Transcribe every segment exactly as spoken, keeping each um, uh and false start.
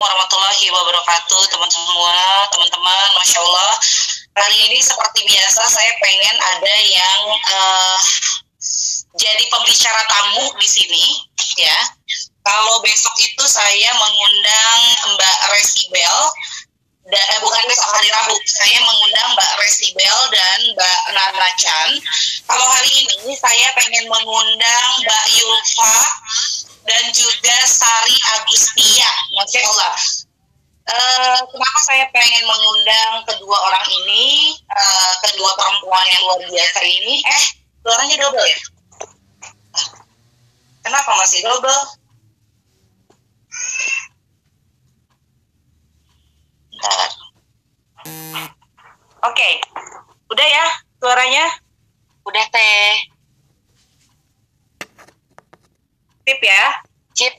warahmatullahi wabarakatuh, teman semua, teman-teman, Masya Allah. Hari ini seperti biasa saya pengen ada yang uh, jadi pembicara tamu di sini, ya. Kalau besok itu saya mengundang Mbak Resibel, da, eh, bukan besok, hari Rabu, saya mengundang Mbak Resibel dan Mbak Nana Chan. Kalau hari ini saya pengen mengundang Mbak Yulfa dan juga Sari Agustia, Masya Allah. Uh, kenapa saya pengen mengundang kedua orang ini, uh, kedua perempuan yang luar biasa ini? Eh, suaranya double ya? Kenapa masih double? Bentar. Oke, okay. Udah ya suaranya? Udah teh. Sip ya? Sip.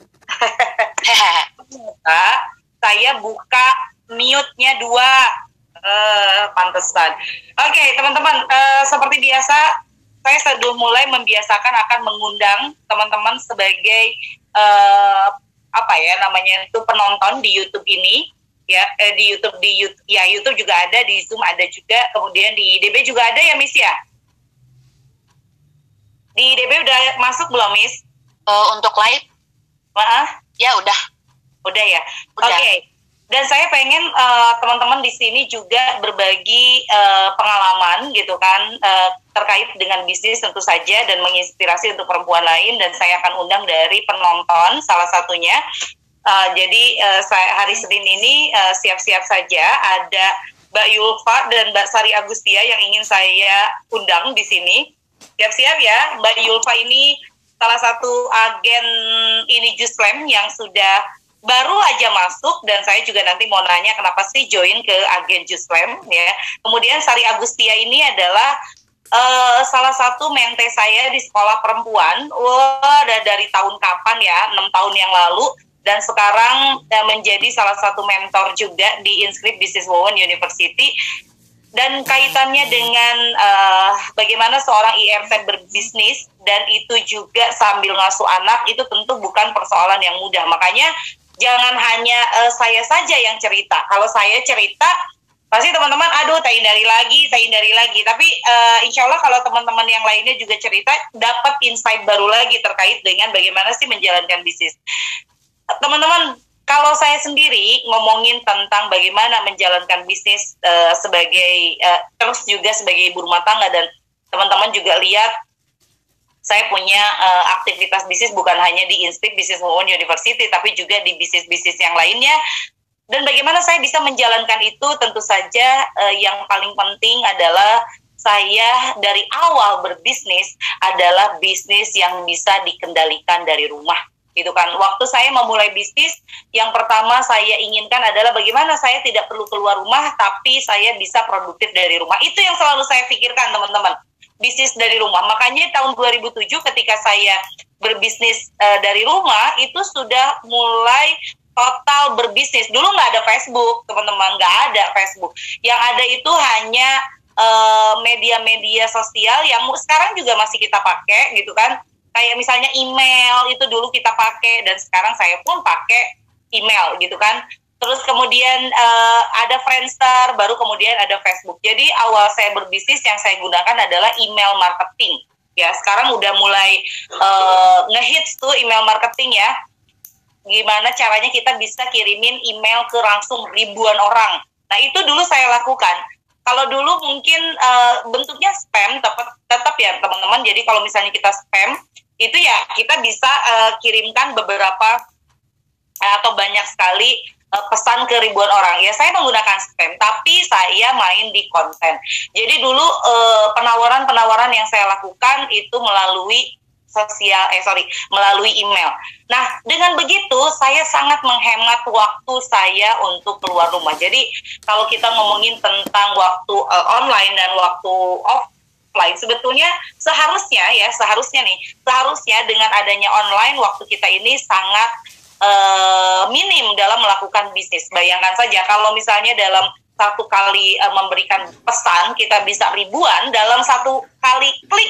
Saya buka mute-nya dua. Uh, pantesan. Oke, okay, teman-teman, uh, seperti biasa saya sudah mulai membiasakan akan mengundang teman-teman sebagai uh, apa ya namanya itu penonton di YouTube ini, ya, eh, di YouTube di YouTube, ya YouTube juga ada, di Zoom ada juga, kemudian di I D B juga ada ya, Miss ya? Di I D B udah masuk belum, Miss? Uh, untuk live? Maaf? Ya udah. Udah ya. Oke. Okay. Dan saya pengen uh, teman-teman di sini juga berbagi uh, pengalaman gitu kan uh, terkait dengan bisnis tentu saja dan menginspirasi untuk perempuan lain, dan saya akan undang dari penonton salah satunya. Uh, jadi uh, saya, hari Senin ini uh, siap-siap saja ada Mbak Yulfa dan Mbak Sari Agustia yang ingin saya undang di sini. Siap-siap ya. Mbak Yulfa ini salah satu agen ini Juslam yang sudah baru aja masuk, dan saya juga nanti mau nanya kenapa sih join ke agen Juslam ya. Kemudian Sari Agustia ini adalah uh, salah satu mente saya di sekolah perempuan. Wah, wow, dari tahun kapan ya? enam tahun yang lalu, dan sekarang uh, menjadi salah satu mentor juga di Inscript Business Women University. Dan kaitannya dengan uh, bagaimana seorang I R T berbisnis dan itu juga sambil ngasuh anak, itu tentu bukan persoalan yang mudah. Makanya jangan hanya uh, saya saja yang cerita. Kalau saya cerita, pasti teman-teman, aduh, tak hindari lagi, tak hindari lagi. Tapi uh, insya Allah kalau teman-teman yang lainnya juga cerita, dapat insight baru lagi terkait dengan bagaimana sih menjalankan bisnis. Teman-teman, kalau saya sendiri ngomongin tentang bagaimana menjalankan bisnis uh, sebagai, uh, terus juga sebagai ibu rumah tangga, dan teman-teman juga lihat, saya punya uh, aktivitas bisnis bukan hanya di Inscript Business Women University, tapi juga di bisnis-bisnis yang lainnya. Dan bagaimana saya bisa menjalankan itu, tentu saja uh, yang paling penting adalah saya dari awal berbisnis adalah bisnis yang bisa dikendalikan dari rumah. Gitu kan. Waktu saya memulai bisnis, yang pertama saya inginkan adalah bagaimana saya tidak perlu keluar rumah, tapi saya bisa produktif dari rumah. Itu yang selalu saya pikirkan, teman-teman. Bisnis dari rumah. Makanya tahun dua ribu tujuh ketika saya berbisnis uh, dari rumah, itu sudah mulai total berbisnis. Dulu nggak ada Facebook, teman-teman, nggak ada Facebook. Yang ada itu hanya uh, media-media sosial yang sekarang juga masih kita pakai, gitu kan. Kayak misalnya email, itu dulu kita pakai, dan sekarang saya pun pakai email, gitu kan. Terus kemudian uh, ada Friendster, baru kemudian ada Facebook. Jadi awal saya berbisnis yang saya gunakan adalah email marketing. Ya, sekarang udah mulai uh, ngehits tuh email marketing ya. Gimana caranya kita bisa kirimin email ke langsung ribuan orang. Nah, itu dulu saya lakukan. Kalau dulu mungkin uh, bentuknya spam, tetap, tetap ya teman-teman. Jadi kalau misalnya kita spam, itu ya kita bisa uh, kirimkan beberapa uh, atau banyak sekali pesan ke ribuan orang. Ya, saya menggunakan spam, tapi saya main di konten. Jadi dulu eh, penawaran-penawaran yang saya lakukan itu melalui sosial, eh sorry, melalui email. Nah, dengan begitu saya sangat menghemat waktu saya untuk keluar rumah. Jadi kalau kita ngomongin tentang waktu eh, online dan waktu offline, sebetulnya seharusnya ya, seharusnya nih, seharusnya dengan adanya online, waktu kita ini sangat Uh, minim dalam melakukan bisnis. Bayangkan saja kalau misalnya dalam satu kali uh, memberikan pesan kita bisa ribuan, dalam satu kali klik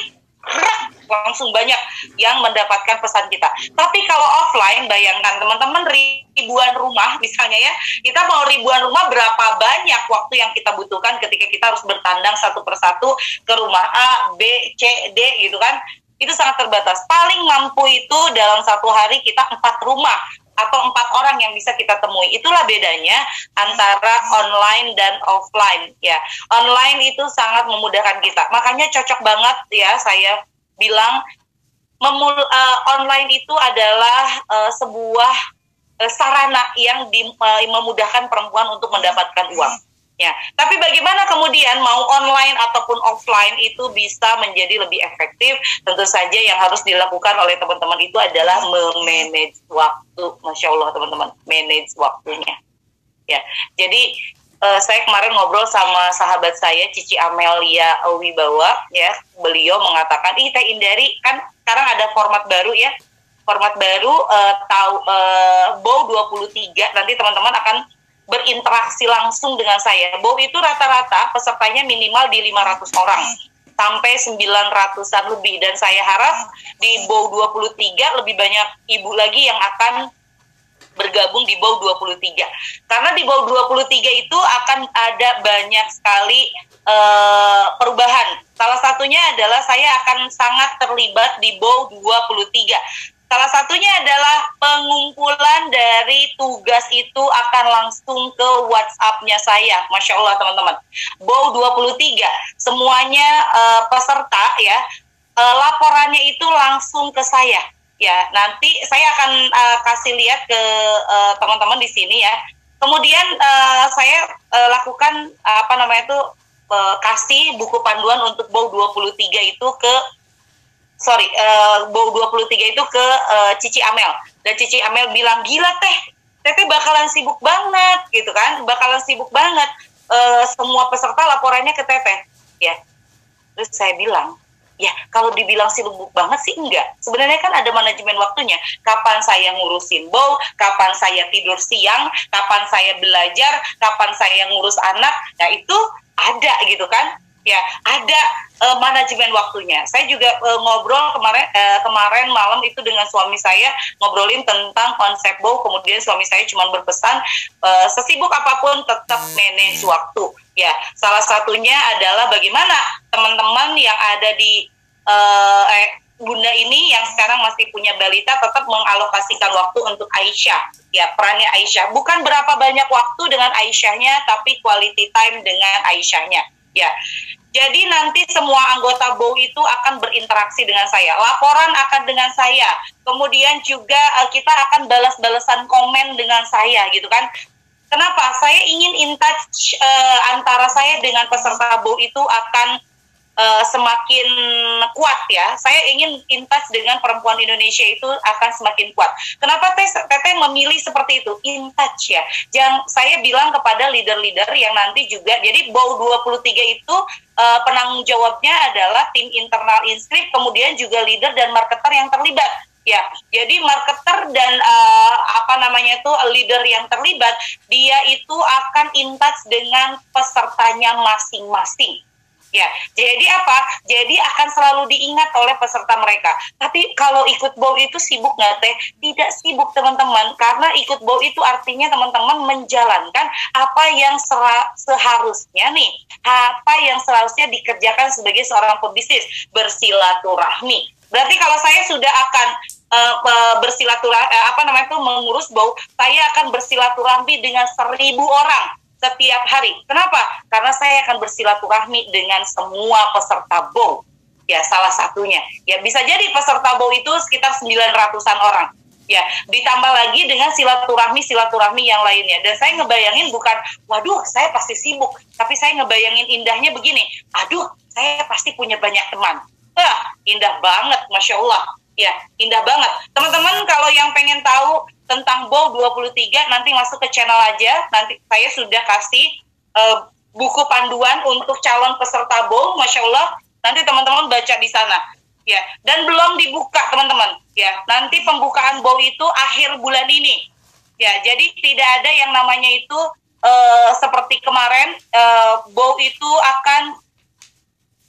langsung banyak yang mendapatkan pesan kita. Tapi kalau offline, bayangkan teman-teman, ribuan rumah misalnya ya, kita mau ribuan rumah, berapa banyak waktu yang kita butuhkan ketika kita harus bertandang satu persatu ke rumah A, B, C, D gitu kan. Itu sangat terbatas. Paling mampu itu dalam satu hari kita empat rumah atau empat orang yang bisa kita temui. Itulah bedanya antara online dan offline ya. Online itu sangat memudahkan kita. Makanya cocok banget ya saya bilang memul uh, online itu adalah uh, sebuah uh, sarana yang di, uh, memudahkan perempuan untuk mendapatkan uang. Ya, tapi bagaimana kemudian mau online ataupun offline itu bisa menjadi lebih efektif? Tentu saja yang harus dilakukan oleh teman-teman itu adalah memanage waktu. Masya Allah teman-teman, manage waktunya. Ya, jadi uh, saya kemarin ngobrol sama sahabat saya Cici Amelia Wibawa, ya, beliau mengatakan, ih Teh Indari, kan sekarang ada format baru ya, format baru uh, tahu uh, Bow dua puluh tiga, nanti teman-teman akan berinteraksi langsung dengan saya. Bow itu rata-rata pesertanya minimal di lima ratus orang sampai sembilan ratusan lebih, dan saya harap di Bow dua puluh tiga lebih banyak ibu lagi yang akan bergabung di Bow dua puluh tiga. Karena di Bow dua puluh tiga itu akan ada banyak sekali uh, perubahan. Salah satunya adalah saya akan sangat terlibat di Bow dua puluh tiga. Salah satunya adalah pengumpulan dari tugas itu akan langsung ke WhatsApp-nya saya. Masya Allah teman-teman. Bow dua puluh tiga, semuanya uh, peserta ya, uh, laporannya itu langsung ke saya. Ya, nanti saya akan uh, kasih lihat ke uh, teman-teman di sini ya. Kemudian uh, saya uh, lakukan uh, apa namanya itu uh, kasih buku panduan untuk Bow dua puluh tiga itu ke sorry, uh, Bow dua puluh tiga itu ke uh, Cici Amel. Dan Cici Amel bilang, gila Teh, Teteh bakalan sibuk banget gitu kan, bakalan sibuk banget. Uh, semua peserta laporannya ke Teteh. Ya, terus saya bilang, ya kalau dibilang sibuk banget sih enggak. Sebenarnya kan ada manajemen waktunya. Kapan saya ngurusin Bow, kapan saya tidur siang, kapan saya belajar, kapan saya ngurus anak, nah itu ada gitu kan. Ya, ada uh, manajemen waktunya. Saya juga uh, ngobrol kemarin uh, kemarin malam itu dengan suami saya, ngobrolin tentang konsep Bow. Kemudian suami saya cuma berpesan, uh, sesibuk apapun tetap manage waktu. Ya, salah satunya adalah bagaimana teman-teman yang ada di uh, eh, Bunda ini yang sekarang masih punya balita tetap mengalokasikan waktu untuk Aisyah. Ya, perannya Aisyah. Bukan berapa banyak waktu dengan Aisyahnya, tapi quality time dengan Aisyahnya. Ya, jadi nanti semua anggota Bow itu akan berinteraksi dengan saya, laporan akan dengan saya, kemudian juga uh, kita akan balas-balasan komen dengan saya, gitu kan? Kenapa? Saya ingin in touch uh, antara saya dengan peserta Bow itu akan uh, semakin kuat ya. Saya ingin in touch dengan perempuan Indonesia itu akan semakin kuat. Kenapa Teteh memilih seperti itu? In touch ya. Jangan, saya bilang kepada leader-leader yang nanti juga, jadi Bow dua puluh tiga itu uh, penanggung jawabnya adalah tim internal Inscript, kemudian juga leader dan marketer yang terlibat. Ya, jadi marketer dan uh, apa namanya itu leader yang terlibat, dia itu akan in touch dengan pesertanya masing-masing. Ya, jadi apa? Jadi akan selalu diingat oleh peserta mereka. Tapi kalau ikut Bow itu sibuk nggak Teh? Tidak sibuk teman-teman, karena ikut Bow itu artinya teman-teman menjalankan apa yang seharusnya nih, apa yang seharusnya dikerjakan sebagai seorang pebisnis, bersilaturahmi. Berarti kalau saya sudah akan uh, bersilaturahmi, uh, apa namanya itu mengurus Bow, saya akan bersilaturahmi dengan seribu orang setiap hari. Kenapa? Karena saya akan bersilaturahmi dengan semua peserta Bow. Ya, salah satunya. Ya, bisa jadi peserta Bow itu sekitar sembilan ratusan orang. Ya, ditambah lagi dengan silaturahmi-silaturahmi yang lainnya. Dan saya ngebayangin bukan, waduh, saya pasti sibuk. Tapi saya ngebayangin indahnya begini, aduh, saya pasti punya banyak teman. Ah, indah banget, Masya Allah. Ya, indah banget. Teman-teman, kalau yang pengen tahu tentang Bow dua puluh tiga, nanti masuk ke channel aja. Nanti saya sudah kasih uh, buku panduan untuk calon peserta Bow, Masya Allah. Nanti teman-teman baca di sana. Ya, dan belum dibuka, teman-teman. Ya, nanti pembukaan Bow itu akhir bulan ini. Ya, jadi tidak ada yang namanya itu uh, seperti kemarin, uh, Bow itu akan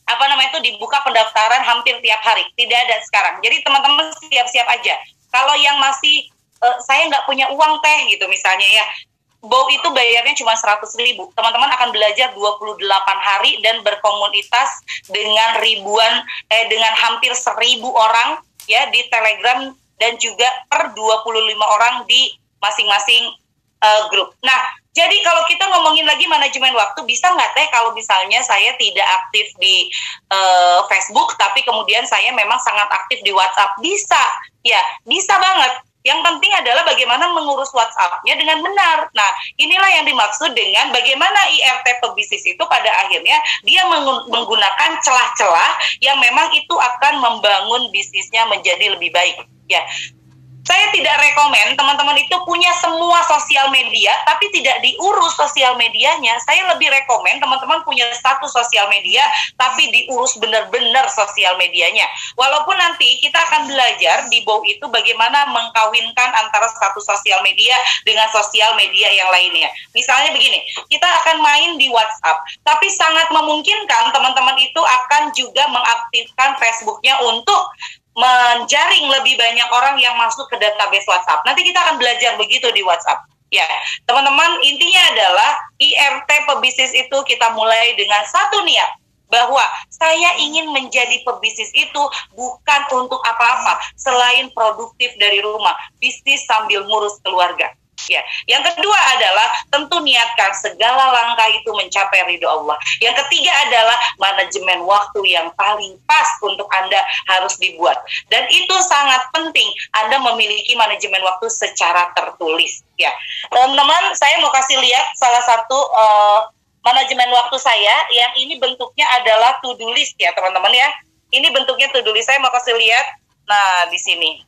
apa namanya itu dibuka pendaftaran hampir tiap hari. Tidak ada sekarang. Jadi teman-teman siap-siap aja. Kalau yang masih uh, saya nggak punya uang teh gitu misalnya ya, B O W itu bayarnya cuma seratus ribu. Teman-teman akan belajar dua puluh delapan hari dan berkomunitas dengan ribuan, eh, dengan hampir seribu orang ya di Telegram dan juga per dua puluh lima orang di masing-masing uh, grup. Nah, jadi kalau kita ngomongin lagi manajemen waktu, bisa nggak teh kalau misalnya saya tidak aktif di uh, Facebook, tapi kemudian saya memang sangat aktif di WhatsApp? Bisa, ya, bisa banget. Yang penting adalah bagaimana mengurus WhatsApp-nya dengan benar. Nah, inilah yang dimaksud dengan bagaimana I R T pebisnis itu pada akhirnya dia menggunakan celah-celah yang memang itu akan membangun bisnisnya menjadi lebih baik. Ya. Saya tidak rekomen teman-teman itu punya semua sosial media, tapi tidak diurus sosial medianya. Saya lebih rekomen teman-teman punya satu sosial media, tapi diurus benar-benar sosial medianya. Walaupun nanti kita akan belajar di B O W itu bagaimana mengkawinkan antara satu sosial media dengan sosial media yang lainnya. Misalnya begini, kita akan main di WhatsApp, tapi sangat memungkinkan teman-teman itu akan juga mengaktifkan Facebook-nya untuk menjaring lebih banyak orang yang masuk ke database WhatsApp. Nanti kita akan belajar begitu di WhatsApp. Ya, teman-teman, intinya adalah I R T pebisnis itu kita mulai dengan satu niat, bahwa saya ingin menjadi pebisnis itu bukan untuk apa-apa selain produktif dari rumah, bisnis sambil ngurus keluarga. Ya, yang kedua adalah tentu niatkan segala langkah itu mencapai ridho Allah. Yang ketiga adalah manajemen waktu yang paling pas untuk Anda harus dibuat. Dan itu sangat penting Anda memiliki manajemen waktu secara tertulis. Ya, teman-teman, saya mau kasih lihat salah satu uh, manajemen waktu saya yang ini bentuknya adalah to-do list ya, teman-teman ya. Ini bentuknya to-do list. Saya mau kasih lihat. Nah, di sini.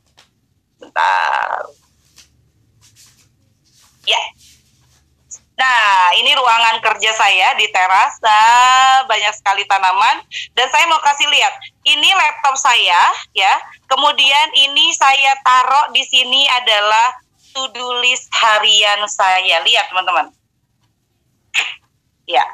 Bentar. Ya, nah ini ruangan kerja saya di teras, nah, banyak sekali tanaman, dan saya mau kasih lihat, ini laptop saya, ya. Kemudian ini saya taruh di sini adalah to-do list harian saya. Lihat teman-teman. Ya,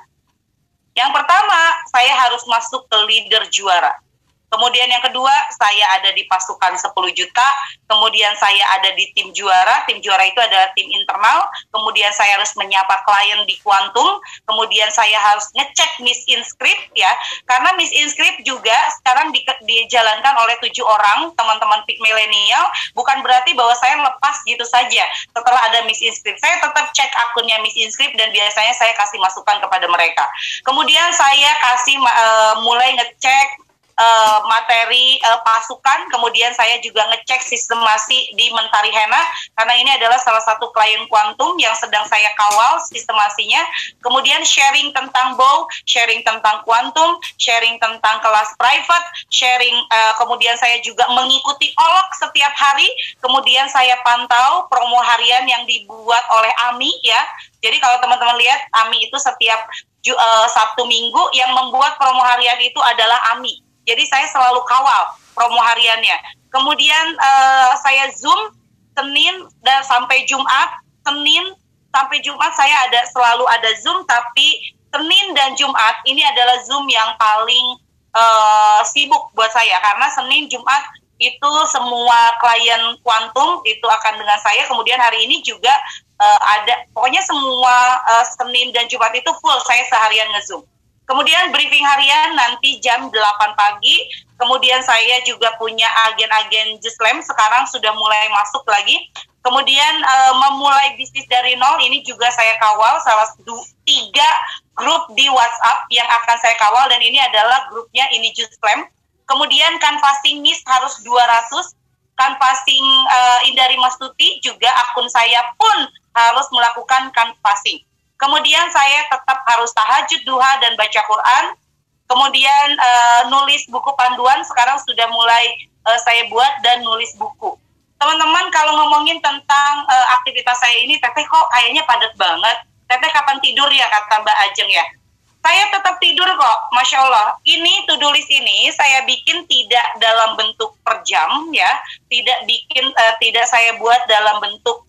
yang pertama saya harus masuk ke leader juara. Kemudian yang kedua, saya ada di pasukan sepuluh juta, kemudian saya ada di tim juara, tim juara itu adalah tim internal, kemudian saya harus menyapa klien di Quantum, kemudian saya harus ngecek Miss Inscript ya, karena Miss Inscript juga sekarang di, dijalankan oleh tujuh orang, teman-teman Peak Millennial, bukan berarti bahwa saya lepas gitu saja setelah ada Miss Inscript, saya tetap cek akunnya Miss Inscript dan biasanya saya kasih masukan kepada mereka. Kemudian saya kasih uh, mulai ngecek Uh, materi uh, pasukan, kemudian saya juga ngecek sistemasi di Mentari Hena, karena ini adalah salah satu klien Quantum yang sedang saya kawal sistemasinya. Kemudian sharing tentang B O W, sharing tentang Quantum, sharing tentang kelas private, sharing, uh, kemudian saya juga mengikuti olok setiap hari, kemudian saya pantau promo harian yang dibuat oleh Ami ya. Jadi kalau teman-teman lihat, Ami itu setiap uh, Sabtu Minggu yang membuat promo harian itu adalah Ami. Jadi saya selalu kawal promo hariannya. Kemudian uh, saya Zoom Senin dan sampai Jumat. Senin sampai Jumat saya ada selalu ada Zoom, tapi Senin dan Jumat ini adalah Zoom yang paling uh, sibuk buat saya, karena Senin Jumat itu semua klien Quantum itu akan dengan saya. Kemudian hari ini juga uh, ada, pokoknya semua uh, Senin dan Jumat itu full saya seharian nge-Zoom. Kemudian briefing harian nanti jam delapan pagi. Kemudian saya juga punya agen-agen Jeslam sekarang sudah mulai masuk lagi. Kemudian e, memulai bisnis dari nol ini juga saya kawal salah satu tiga grup di WhatsApp yang akan saya kawal, dan ini adalah grupnya ini Jeslam. Kemudian canvassing Miss harus dua ratus. Canvassing e, Indari Mastuti juga akun saya pun harus melakukan canvassing. Kemudian saya tetap harus tahajud, duha, dan baca Quran. Kemudian uh, nulis buku panduan, sekarang sudah mulai uh, saya buat dan nulis buku. Teman-teman, kalau ngomongin tentang uh, aktivitas saya ini, Teteh kok kayaknya padat banget. Teteh kapan tidur ya, kata Mbak Ajeng ya. Saya tetap tidur kok, Masya Allah. Ini to-do list ini saya bikin tidak dalam bentuk per jam ya. Tidak bikin, uh, tidak saya buat dalam bentuk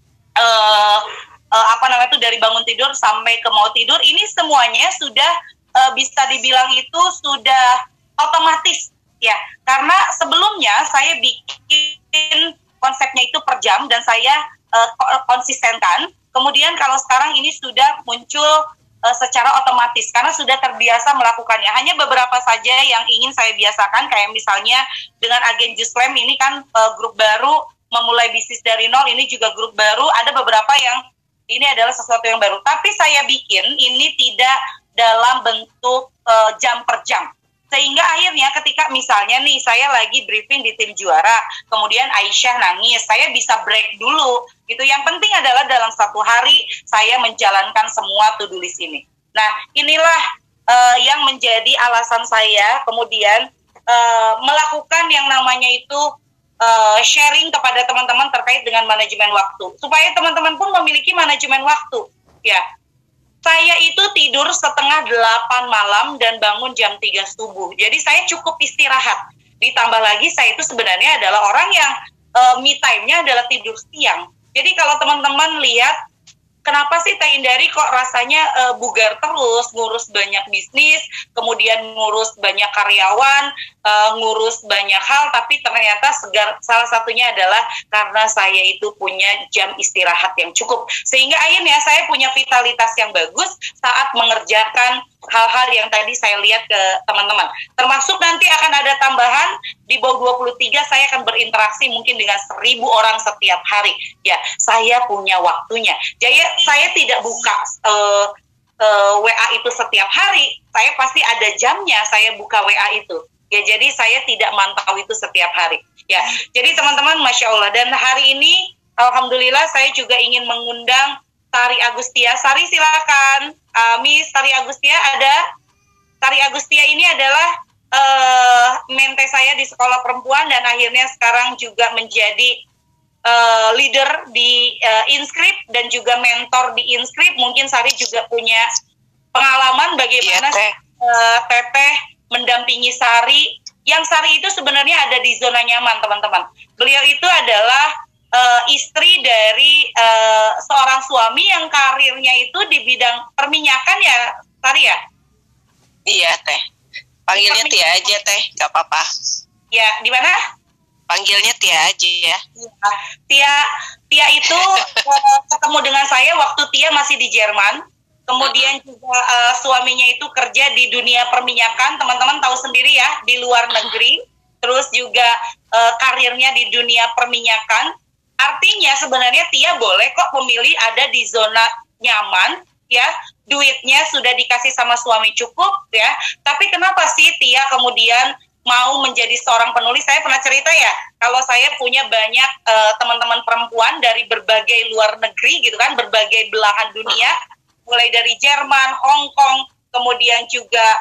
Uh, uh, apa namanya itu dari bangun tidur sampai ke mau tidur. Ini semuanya sudah uh, bisa dibilang itu sudah otomatis ya, karena sebelumnya saya bikin konsepnya itu per jam dan saya uh, konsistenkan. Kemudian kalau sekarang ini sudah muncul uh, secara otomatis karena sudah terbiasa melakukannya. Hanya beberapa saja yang ingin saya biasakan, kayak misalnya dengan agen Juslam ini kan uh, grup baru, memulai bisnis dari nol, ini juga grup baru. Ada beberapa yang ini adalah sesuatu yang baru. Tapi saya bikin ini tidak dalam bentuk uh, jam per jam. Sehingga akhirnya ketika misalnya nih saya lagi briefing di tim juara, kemudian Aisyah nangis, saya bisa break dulu gitu. Yang penting adalah dalam satu hari saya menjalankan semua to-do list ini. Nah, inilah uh, yang menjadi alasan saya kemudian uh, melakukan yang namanya itu uh, sharing kepada teman-teman terkait dengan manajemen waktu. Supaya teman-teman pun memiliki manajemen waktu. Ya. Saya itu tidur setengah delapan malam dan bangun jam tiga subuh. Jadi saya cukup istirahat. Ditambah lagi saya itu sebenarnya adalah orang yang uh, me time-nya adalah tidur siang. Jadi kalau teman-teman lihat, kenapa sih Teh Indari kok rasanya uh, bugar terus, ngurus banyak bisnis, kemudian ngurus banyak karyawan, uh, ngurus banyak hal, tapi ternyata segar, salah satunya adalah karena saya itu punya jam istirahat yang cukup. Sehingga akhirnya saya punya vitalitas yang bagus saat mengerjakan hal-hal yang tadi saya lihat ke teman-teman. Termasuk nanti akan ada tambahan, di bawah dua puluh tiga saya akan berinteraksi mungkin dengan seribu orang setiap hari. Ya, saya punya waktunya. Jadi saya tidak buka uh, uh, W A itu setiap hari. Saya pasti ada jamnya saya buka W A itu. Ya, jadi saya tidak mantau itu setiap hari. Ya, jadi teman-teman, Masya Allah. Dan hari ini, Alhamdulillah, saya juga ingin mengundang Sari Agustia. Sari, silakan. Uh, Miss Sari Agustia ada. Sari Agustia ini adalah uh, mente saya di sekolah perempuan dan akhirnya sekarang juga menjadi uh, leader di uh, Inscript dan juga mentor di Inscript. Mungkin Sari juga punya pengalaman bagaimana ya, uh, Teteh mendampingi Sari. Yang Sari itu sebenarnya ada di zona nyaman, teman-teman. Beliau itu adalah Uh, istri dari uh, seorang suami yang karirnya itu di bidang perminyakan ya, Sari ya? Iya, Teh. Panggilnya Tia aja, Teh. Gak apa-apa. Ya, di mana? Panggilnya Tia aja ya. Tia, Tia itu uh, ketemu dengan saya waktu Tia masih di Jerman. Kemudian juga uh, suaminya itu kerja di dunia perminyakan. Teman-teman tahu sendiri ya, di luar negeri. Terus juga uh, karirnya di dunia perminyakan. Artinya sebenarnya Tia boleh kok memilih ada di zona nyaman, ya, duitnya sudah dikasih sama suami cukup, ya. Tapi kenapa sih Tia kemudian mau menjadi seorang penulis? Saya pernah cerita ya, kalau saya punya banyak uh, teman-teman perempuan dari berbagai luar negeri, gitu kan, berbagai belahan dunia, mulai dari Jerman, Hong Kong, kemudian juga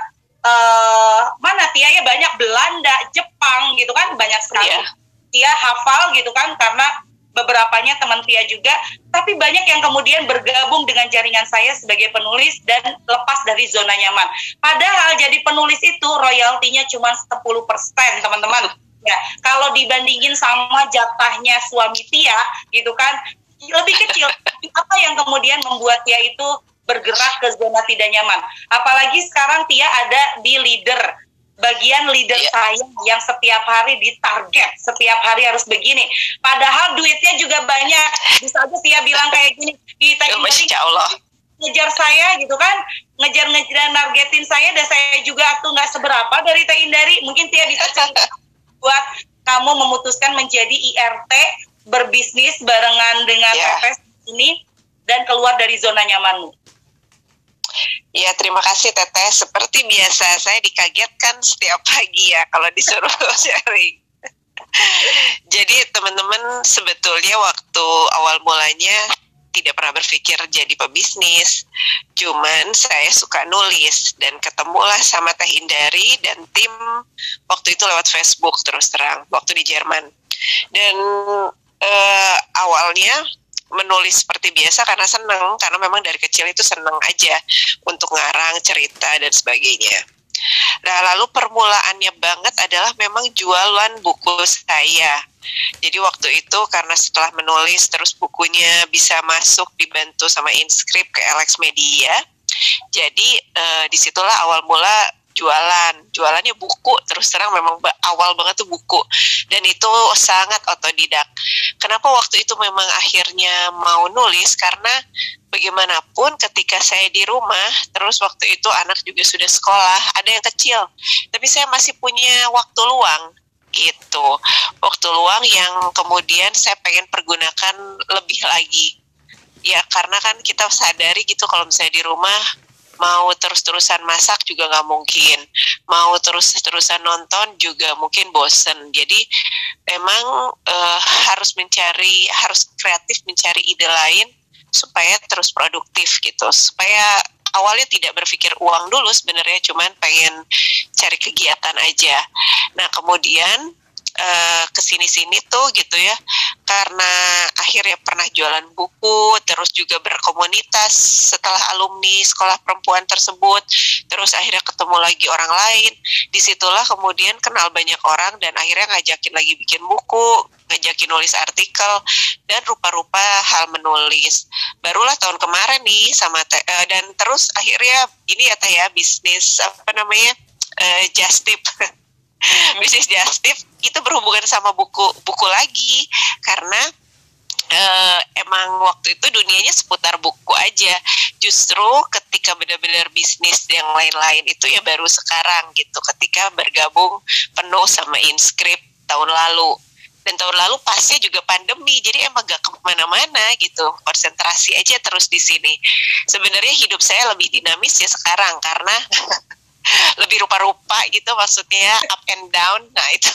uh, mana Tia ya banyak Belanda, Jepang, gitu kan, banyak sekali. Yeah. Tia hafal gitu kan, karena beberapanya teman Tia juga, tapi banyak yang kemudian bergabung dengan jaringan saya sebagai penulis dan lepas dari zona nyaman. Padahal jadi penulis itu royaltinya cuma sepuluh persen, teman-teman. Ya, kalau dibandingin sama jatahnya suami Tia, gitu kan, lebih kecil. Apa yang kemudian membuat Tia itu bergerak ke zona tidak nyaman? Apalagi sekarang Tia ada di leader, bagian leader yeah. saya yang setiap hari ditarget, setiap hari harus begini. Padahal duitnya juga banyak. Bisa aja Tia bilang kayak gini, kita ini ngejar saya gitu kan, ngejar-ngejar nargetin saya dan saya juga tuh nggak seberapa dari Teh Indari. Mungkin Tia bisa cerita buat kamu memutuskan menjadi I R T, berbisnis barengan dengan yeah. P P S ini dan keluar dari zona nyamanmu. Ya, terima kasih Teteh. Seperti biasa, saya dikagetkan setiap pagi ya kalau disuruh sharing. Jadi teman-teman, sebetulnya waktu awal mulanya tidak pernah berpikir jadi pebisnis. Cuman saya suka nulis dan ketemulah sama Teh Indari dan tim waktu itu lewat Facebook terus terang, waktu di Jerman. Dan eh, awalnya menulis seperti biasa karena senang, karena memang dari kecil itu senang aja untuk ngarang, cerita, dan sebagainya. Nah, lalu permulaannya banget adalah memang jualan buku saya. Jadi waktu itu karena setelah menulis terus bukunya bisa masuk dibantu sama Inscript ke Alex Media, Jadi uh, disitulah awal mula jualan, jualannya buku, terus terang memang awal banget tuh buku, dan itu sangat otodidak. Kenapa waktu itu memang akhirnya mau nulis, karena bagaimanapun ketika saya di rumah, terus waktu itu anak juga sudah sekolah, ada yang kecil, tapi saya masih punya waktu luang gitu, waktu luang yang kemudian saya pengen pergunakan lebih lagi. Ya karena kan kita sadari gitu kalau misalnya di rumah mau terus-terusan masak juga nggak mungkin, mau terus-terusan nonton juga mungkin bosen. Jadi emang uh, harus mencari, harus kreatif mencari ide lain supaya terus produktif gitu, supaya awalnya tidak berpikir uang dulu sebenarnya, cuman pengen cari kegiatan aja. Nah kemudian Uh, kesini-sini tuh gitu ya, karena akhirnya pernah jualan buku, terus juga berkomunitas setelah alumni sekolah perempuan tersebut, terus akhirnya ketemu lagi orang lain, disitulah kemudian kenal banyak orang dan akhirnya ngajakin lagi bikin buku, ngajakin nulis artikel, dan rupa-rupa hal menulis. Barulah tahun kemarin nih sama te- uh, dan terus akhirnya ini ya teh ya, bisnis apa namanya uh, Just Tip bisnis Just Tip itu berhubungan sama buku buku lagi, karena uh, emang waktu itu dunianya seputar buku aja. Justru ketika benar-benar bisnis yang lain-lain itu ya baru sekarang gitu, ketika bergabung penuh sama Inscript tahun lalu. Dan tahun lalu pasnya juga pandemi, jadi emang gak kemana-mana gitu, konsentrasi aja terus di sini. Sebenarnya hidup saya lebih dinamis ya sekarang, karena lebih rupa-rupa gitu, maksudnya up and down. Nah itu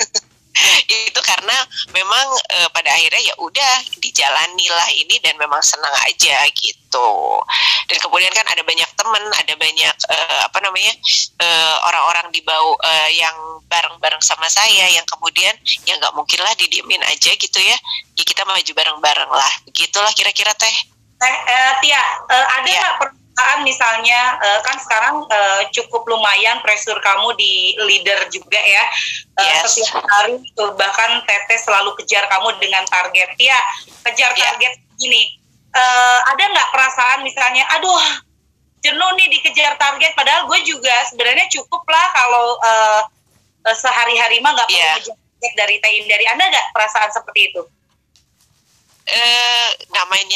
itu karena memang e, pada akhirnya ya udah dijalanilah ini dan memang senang aja gitu. Dan kemudian kan ada banyak teman, ada banyak e, apa namanya e, orang-orang di bawah e, yang bareng-bareng sama saya, yang kemudian ya nggak mungkin lah didiemin aja gitu ya, ya kita maju bareng-bareng lah, begitulah kira-kira teh. Eh, eh Tia, eh, ada nggak ya. Misalnya uh, kan sekarang uh, cukup lumayan pressure kamu di leader juga ya, uh, yes. Setiap hari uh, bahkan Teteh selalu kejar kamu dengan target ya, kejar yeah. target gini, uh, ada nggak perasaan misalnya aduh jenuh nih dikejar target, padahal gue juga sebenarnya cukup lah kalau uh, uh, sehari-hari mah nggak perlu yeah. kejar target dari Teh Indari. Ada nggak perasaan seperti itu? Uh, namanya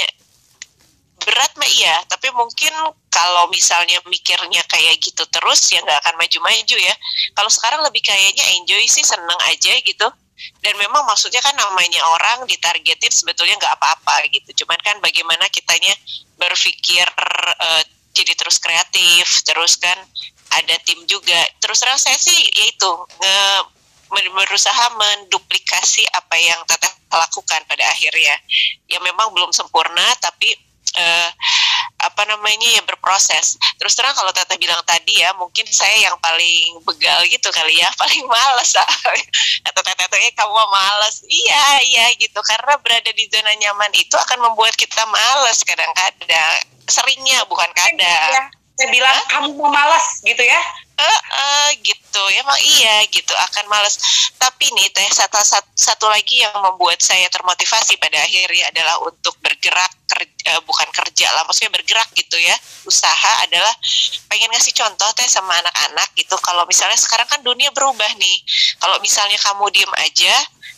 berat mah iya, tapi mungkin kalau misalnya mikirnya kayak gitu terus ya nggak akan maju-maju ya. Kalau sekarang lebih kayaknya enjoy sih, seneng aja gitu. Dan memang maksudnya kan namanya orang ditargetin sebetulnya nggak apa-apa gitu. Cuman kan bagaimana kitanya berpikir uh, jadi terus kreatif, terus kan ada tim juga. Terus terang saya sih yaitu nge- berusaha menduplikasi apa yang Teteh lakukan pada akhirnya. Ya memang belum sempurna, tapi Uh, apa namanya ya berproses. Terus terang kalau Teteh bilang tadi ya, mungkin saya yang paling begal gitu kali ya, paling malas. Atau Teteh kamu malas, iya iya gitu, karena berada di zona nyaman itu akan membuat kita malas kadang-kadang, seringnya bukan kadang. Ya, saya bilang huh? kamu mau malas gitu ya. Uh, uh, gitu, emang iya gitu, akan malas. Tapi nih Teh, satu, satu, satu lagi yang membuat saya termotivasi pada akhirnya adalah untuk bergerak, kerja, bukan kerja lah, maksudnya bergerak gitu ya, usaha adalah pengen ngasih contoh Teh sama anak-anak gitu. Kalau misalnya sekarang kan dunia berubah nih, kalau misalnya kamu diem aja,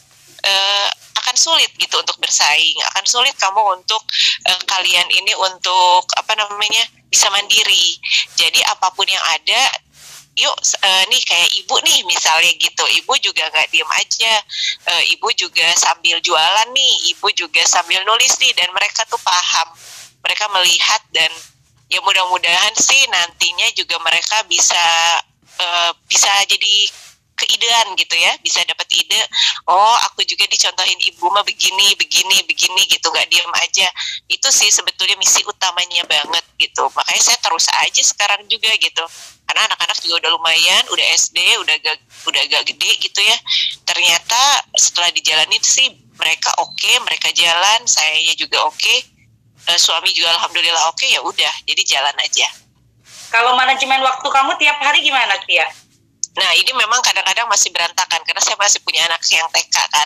uh, akan sulit gitu untuk bersaing, akan sulit kamu untuk uh, kalian ini untuk apa namanya bisa mandiri. Jadi apapun yang ada, yuk uh, nih kayak ibu nih misalnya gitu, ibu juga nggak diem aja, uh, ibu juga sambil jualan nih, ibu juga sambil nulis nih, dan mereka tuh paham, mereka melihat, dan ya mudah-mudahan sih nantinya juga mereka bisa uh, bisa jadi keidean gitu ya, bisa dapat ide, oh aku juga dicontohin ibu mah begini, begini, begini gitu, nggak diem aja. Itu sih sebetulnya misi utamanya banget gitu, makanya saya terus aja sekarang juga gitu, karena anak-anak juga udah lumayan, udah S D, udah agak, udah agak gede gitu ya. Ternyata setelah dijalanin sih mereka oke, okay, mereka jalan, saya juga oke, okay. uh, suami juga alhamdulillah oke, okay, ya udah, jadi jalan aja. Kalau manajemen waktu kamu tiap hari gimana Tia? Nah ini memang kadang-kadang masih berantakan karena saya masih punya anak yang T K kan.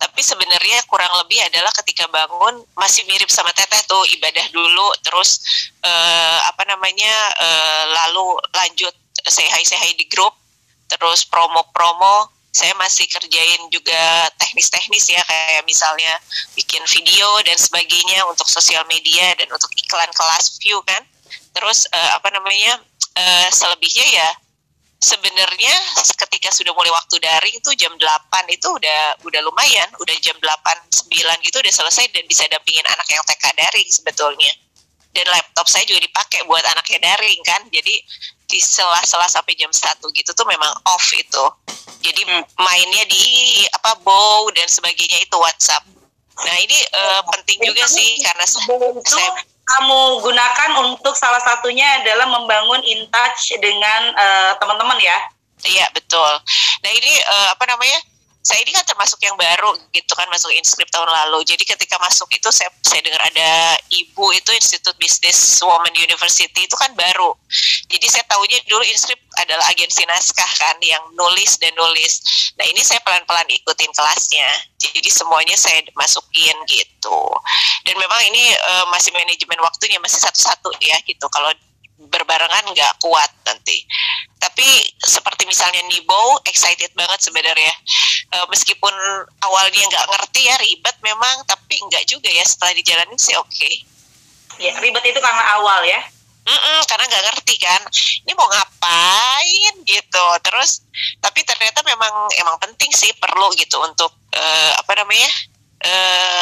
Tapi sebenarnya kurang lebih adalah ketika bangun masih mirip sama Teteh tuh, ibadah dulu, terus uh, apa namanya uh, lalu lanjut say hi say hi di grup, terus promo-promo. Saya masih kerjain juga teknis-teknis ya, kayak misalnya bikin video dan sebagainya untuk sosial media dan untuk iklan kelas view kan. Terus uh, apa namanya uh, selebihnya ya sebenarnya ketika sudah mulai waktu daring tuh jam delapan itu udah udah lumayan, udah jam delapan sembilan gitu udah selesai dan bisa dampingin anak yang T K daring sebetulnya. Dan laptop saya juga dipakai buat anaknya daring kan. Jadi di sela-sela sampai jam satu gitu tuh memang off itu. Jadi mainnya di apa bow dan sebagainya itu WhatsApp. Nah ini uh, penting juga sih karena itu saya kamu gunakan untuk salah satunya adalah membangun in touch dengan uh, teman-teman ya. Iya betul. Nah ini uh, apa namanya? Saya ini kan termasuk yang baru gitu kan, masuk Inscript tahun lalu. Jadi ketika masuk itu saya, saya dengar ada ibu itu Institute Business Women University itu kan baru. Jadi saya tahunya dulu Inscript adalah agensi naskah kan yang nulis dan nulis. Nah ini saya pelan-pelan ikutin kelasnya. Jadi semuanya saya masukin gitu. Dan memang ini uh, masih manajemen waktunya masih satu-satu ya gitu. Kalau berbarengan nggak kuat nanti. Tapi seperti misalnya Nibo, excited banget sebenarnya. E, meskipun awalnya nggak ngerti ya, ribet memang, tapi nggak juga ya setelah dijalanin sih oke. Okay. Ya, ribet itu karena awal ya? Mm-mm, karena nggak ngerti kan, ini mau ngapain gitu. Terus, tapi ternyata memang emang penting sih, perlu gitu untuk e, apa namanya e,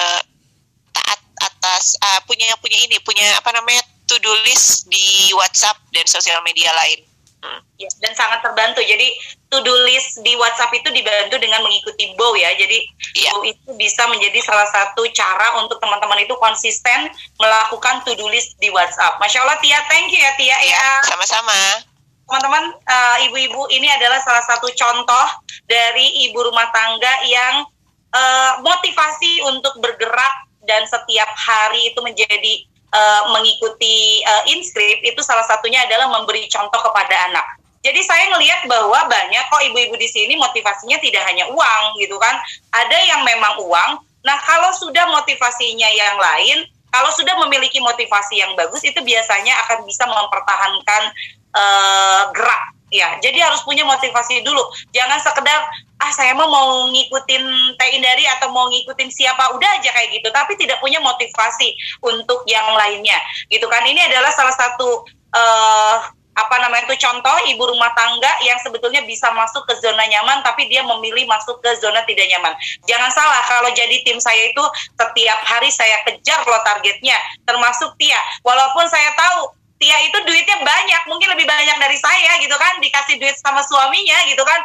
taat atas uh, punya punya ini, punya apa namanya to-do list di WhatsApp dan sosial media lain. Hmm. Ya, dan sangat terbantu. Jadi to-do list di WhatsApp itu dibantu dengan mengikuti Bow ya. Jadi yeah. Bow itu bisa menjadi salah satu cara untuk teman-teman itu konsisten melakukan to-do list di WhatsApp. Masya Allah Tia, thank you ya Tia yeah, ya. Sama-sama. Teman-teman, uh, ibu-ibu ini adalah salah satu contoh dari ibu rumah tangga yang uh, motivasi untuk bergerak dan setiap hari itu menjadi Uh, mengikuti uh, Inscript itu salah satunya adalah memberi contoh kepada anak. Jadi saya ngelihat bahwa banyak kok ibu-ibu di sini motivasinya tidak hanya uang gitu kan. Ada yang memang uang. Nah kalau sudah motivasinya yang lain, kalau sudah memiliki motivasi yang bagus itu biasanya akan bisa mempertahankan uh, gerak. Ya, jadi harus punya motivasi dulu. Jangan sekedar ah saya mau mau ngikutin Teh Indari atau mau ngikutin siapa udah aja kayak gitu, tapi tidak punya motivasi untuk yang lainnya, gitu kan? Ini adalah salah satu uh, apa namanya itu contoh ibu rumah tangga yang sebetulnya bisa masuk ke zona nyaman, tapi dia memilih masuk ke zona tidak nyaman. Jangan salah, kalau jadi tim saya itu setiap hari saya kejar loh targetnya, termasuk Tia. Walaupun saya tahu Tia itu duitnya banyak, mungkin lebih banyak dari saya gitu kan, dikasih duit sama suaminya gitu kan.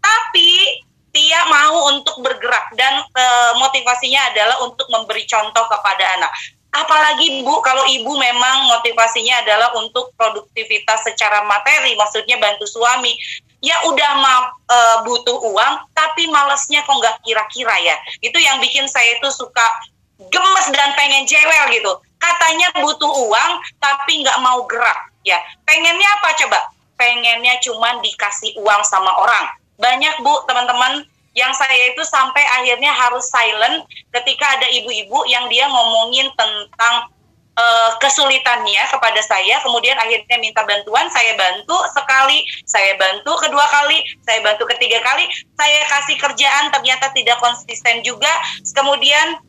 Tapi Tia mau untuk bergerak dan e, motivasinya adalah untuk memberi contoh kepada anak. Apalagi Bu, kalau ibu memang motivasinya adalah untuk produktivitas secara materi, maksudnya bantu suami. Ya udah ma- e, butuh uang, tapi malesnya kok nggak kira-kira ya. Itu yang bikin saya itu suka gemes dan pengen jewel gitu. Katanya butuh uang, tapi nggak mau gerak. Ya, pengennya apa coba? Pengennya cuma dikasih uang sama orang. Banyak Bu, teman-teman, yang saya itu sampai akhirnya harus silent ketika ada ibu-ibu yang dia ngomongin tentang uh, kesulitannya kepada saya, kemudian akhirnya minta bantuan, saya bantu sekali, saya bantu kedua kali, saya bantu ketiga kali, saya kasih kerjaan ternyata tidak konsisten juga, kemudian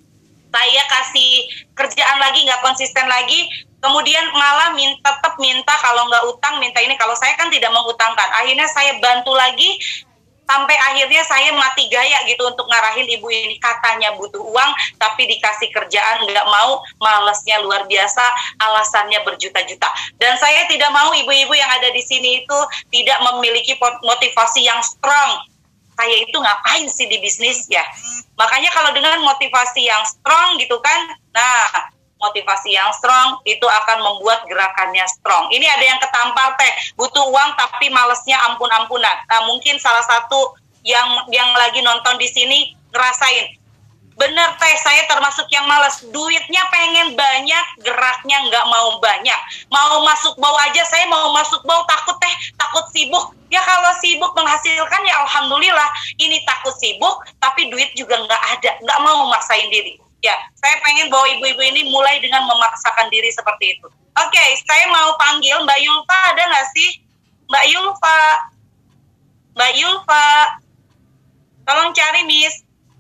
saya kasih kerjaan lagi nggak konsisten lagi, kemudian malah minta, tetap minta kalau nggak utang minta ini, kalau saya kan tidak mengutangkan. Akhirnya saya bantu lagi sampai akhirnya saya mati gaya gitu untuk ngarahin ibu ini, katanya butuh uang tapi dikasih kerjaan nggak mau, malesnya luar biasa, alasannya berjuta-juta. Dan saya tidak mau ibu-ibu yang ada di sini itu tidak memiliki motivasi yang strong. Saya itu ngapain sih di bisnis ya? Makanya kalau dengan motivasi yang strong gitu kan, nah motivasi yang strong itu akan membuat gerakannya strong. Ini ada yang ketampar Teh, butuh uang tapi malesnya ampun-ampunan. Nah mungkin salah satu yang yang lagi nonton di sini ngerasain, Bener teh, saya termasuk yang malas. Duitnya pengen banyak, geraknya nggak mau banyak. Mau masuk bau aja, saya mau masuk bau takut teh, takut sibuk. Ya kalau sibuk menghasilkan ya alhamdulillah. Ini takut sibuk, tapi duit juga nggak ada, nggak mau maksain diri. Ya, saya pengen bawa ibu-ibu ini mulai dengan memaksakan diri seperti itu. Oke, saya mau panggil Mbak Yulfa, ada nggak sih? Mbak Yulfa, Mbak Yulfa, tolong cari Miss.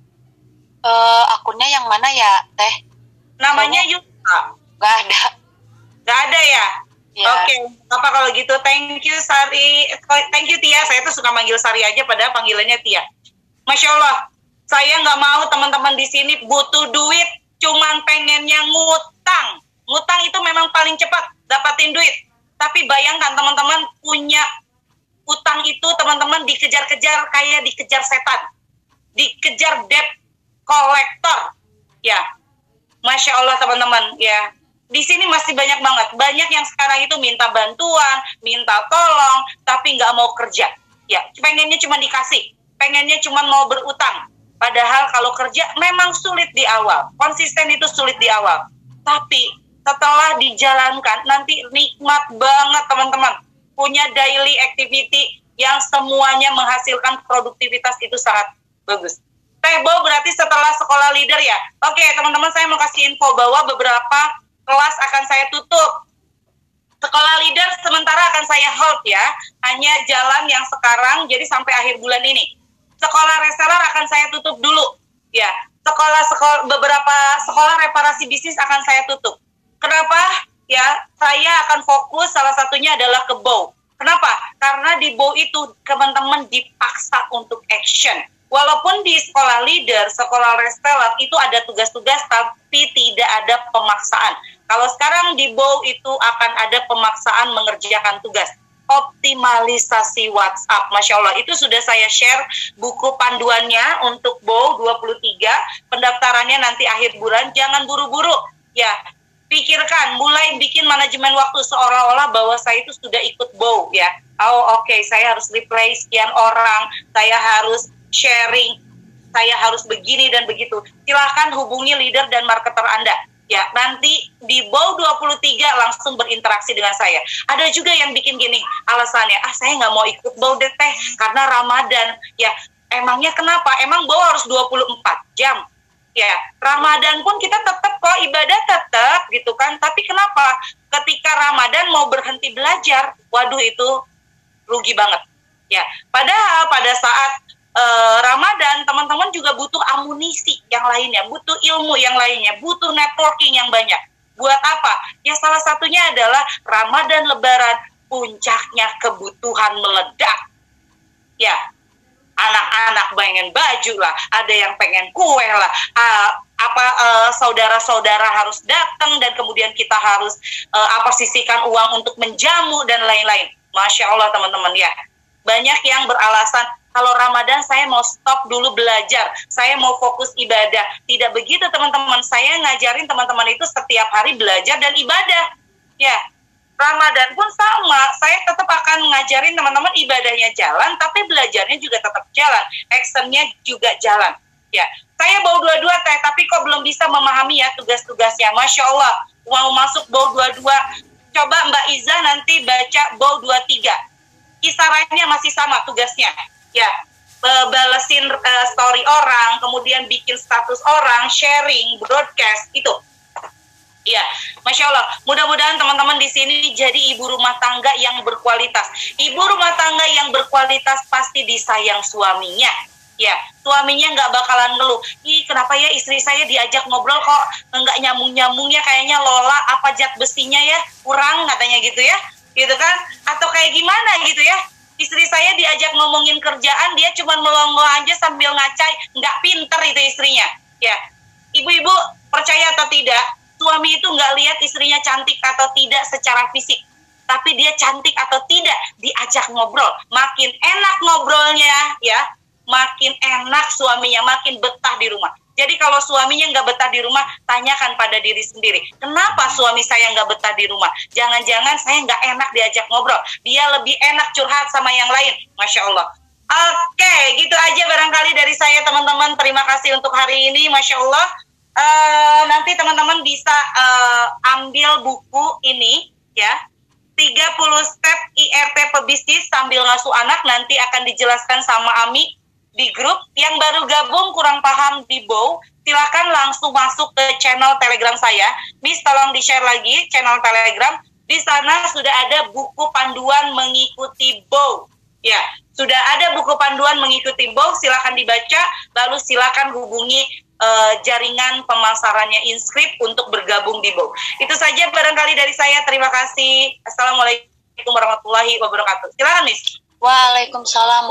Uh, akunnya yang mana ya, Teh? Namanya Yulfa. Gak ada. Gak ada ya? Ya. Oke, okay. Apa kalau gitu? Thank you Sari, thank you Tia. Saya tuh suka manggil Sari aja, padahal panggilannya Tia. Masya Allah, saya nggak mau teman-teman di sini butuh duit, cuman pengennya ngutang. Ngutang itu memang paling cepat dapatin duit. Tapi bayangkan teman-teman punya utang itu, teman-teman dikejar-kejar kayak dikejar setan, dikejar debt kolektor, ya, masya Allah teman-teman, ya, di sini masih banyak banget, banyak yang sekarang itu minta bantuan, minta tolong, tapi nggak mau kerja, ya, pengennya cuma dikasih, pengennya cuma mau berutang, padahal kalau kerja memang sulit di awal, konsisten itu sulit di awal, tapi setelah dijalankan nanti nikmat banget teman-teman, punya daily activity yang semuanya menghasilkan produktivitas itu sangat bagus. Teh Bo berarti setelah sekolah leader ya? Oke teman-teman, saya mau kasih info bahwa beberapa kelas akan saya tutup. Sekolah leader sementara akan saya hold ya, hanya jalan yang sekarang jadi sampai akhir bulan ini. Sekolah reseller akan saya tutup dulu ya. Sekolah sekolah beberapa sekolah reparasi bisnis akan saya tutup. Kenapa? Ya, saya akan fokus salah satunya adalah ke Bow. Kenapa? Karena di Bow itu teman-teman dipaksa untuk action. Walaupun di sekolah leader, sekolah reseller itu ada tugas-tugas tapi tidak ada pemaksaan. Kalau sekarang di Bow itu akan ada pemaksaan mengerjakan tugas. Optimalisasi WhatsApp, Masya Allah, itu sudah saya share buku panduannya untuk Bow dua puluh tiga. Pendaftarannya nanti akhir bulan, jangan buru-buru. Ya, pikirkan, mulai bikin manajemen waktu seolah-olah bahwa saya itu sudah ikut Bow ya. Oh oke, okay, saya harus reply sekian orang, saya harus sharing, saya harus begini dan begitu. Silahkan hubungi leader dan marketer Anda. Ya, nanti di Bow dua puluh tiga langsung berinteraksi dengan saya. Ada juga yang bikin gini, alasannya, ah saya nggak mau ikut Bow deh teh, karena Ramadan. Ya, emangnya kenapa? Emang Bow harus dua puluh empat jam? Ya, Ramadan pun kita tetap kok ibadah tetap gitu kan. Tapi kenapa? Ketika Ramadan mau berhenti belajar, waduh itu rugi banget. Ya, padahal pada saat Uh, Ramadan, teman-teman juga butuh amunisi yang lainnya, butuh ilmu yang lainnya, butuh networking yang banyak. Buat apa? Ya salah satunya adalah Ramadan Lebaran, puncaknya kebutuhan meledak. Ya, anak-anak pengen baju lah, ada yang pengen kue lah, uh, apa uh, saudara-saudara harus datang dan kemudian kita harus uh, apa sisihkan uang untuk menjamu dan lain-lain. Masya Allah teman-teman ya. Banyak yang beralasan, kalau Ramadan saya mau stop dulu belajar, saya mau fokus ibadah. Tidak begitu teman-teman, saya ngajarin teman-teman itu setiap hari belajar dan ibadah. Ya, Ramadan pun sama, saya tetap akan ngajarin teman-teman ibadahnya jalan, tapi belajarnya juga tetap jalan, actionnya juga jalan. Ya, saya bawa dua-dua teh, tapi kok belum bisa memahami ya tugas-tugasnya. Masya Allah, mau masuk bawa dua-dua. Coba Mbak Iza nanti baca bawa dua tiga. Kisarannya masih sama tugasnya. Ya, balesin uh, story orang, kemudian bikin status orang, sharing, broadcast, itu. Ya, Masya Allah, mudah-mudahan teman-teman di sini jadi ibu rumah tangga yang berkualitas. Ibu rumah tangga yang berkualitas pasti disayang suaminya. Ya, suaminya nggak bakalan ngeluh. Ih, kenapa ya istri saya diajak ngobrol kok nggak nyambung-nyambungnya, kayaknya Lola apa zat besinya ya kurang, katanya gitu ya. Gitu kan? Atau kayak gimana gitu ya? Istri saya diajak ngomongin kerjaan, dia cuma melongo aja sambil ngacai, nggak pinter itu istrinya. Ya, ibu-ibu percaya atau tidak, suami itu nggak lihat istrinya cantik atau tidak secara fisik, tapi dia cantik atau tidak diajak ngobrol. Makin enak ngobrolnya, ya, makin enak suaminya, makin betah di rumah. Jadi kalau suaminya nggak betah di rumah, tanyakan pada diri sendiri, kenapa suami saya nggak betah di rumah? Jangan-jangan saya nggak enak diajak ngobrol, dia lebih enak curhat sama yang lain. Masya Allah. Oke, gitu aja barangkali dari saya teman-teman. Terima kasih untuk hari ini, Masya Allah. Uh, nanti teman-teman bisa uh, ambil buku ini ya, tiga puluh step I R T pebisnis sambil ngasuh anak. Nanti akan dijelaskan sama Ami di grup. Yang baru gabung kurang paham di Bow, silakan langsung masuk ke channel Telegram saya. Miss, tolong di-share lagi channel Telegram. Di sana sudah ada buku panduan mengikuti Bow. Ya, sudah ada buku panduan mengikuti Bow, silakan dibaca, lalu silakan hubungi uh, jaringan pemasarannya Inscript untuk bergabung di Bow. Itu saja barangkali dari saya. Terima kasih. Assalamualaikum warahmatullahi wabarakatuh. Silakan, Miss. Waalaikumsalam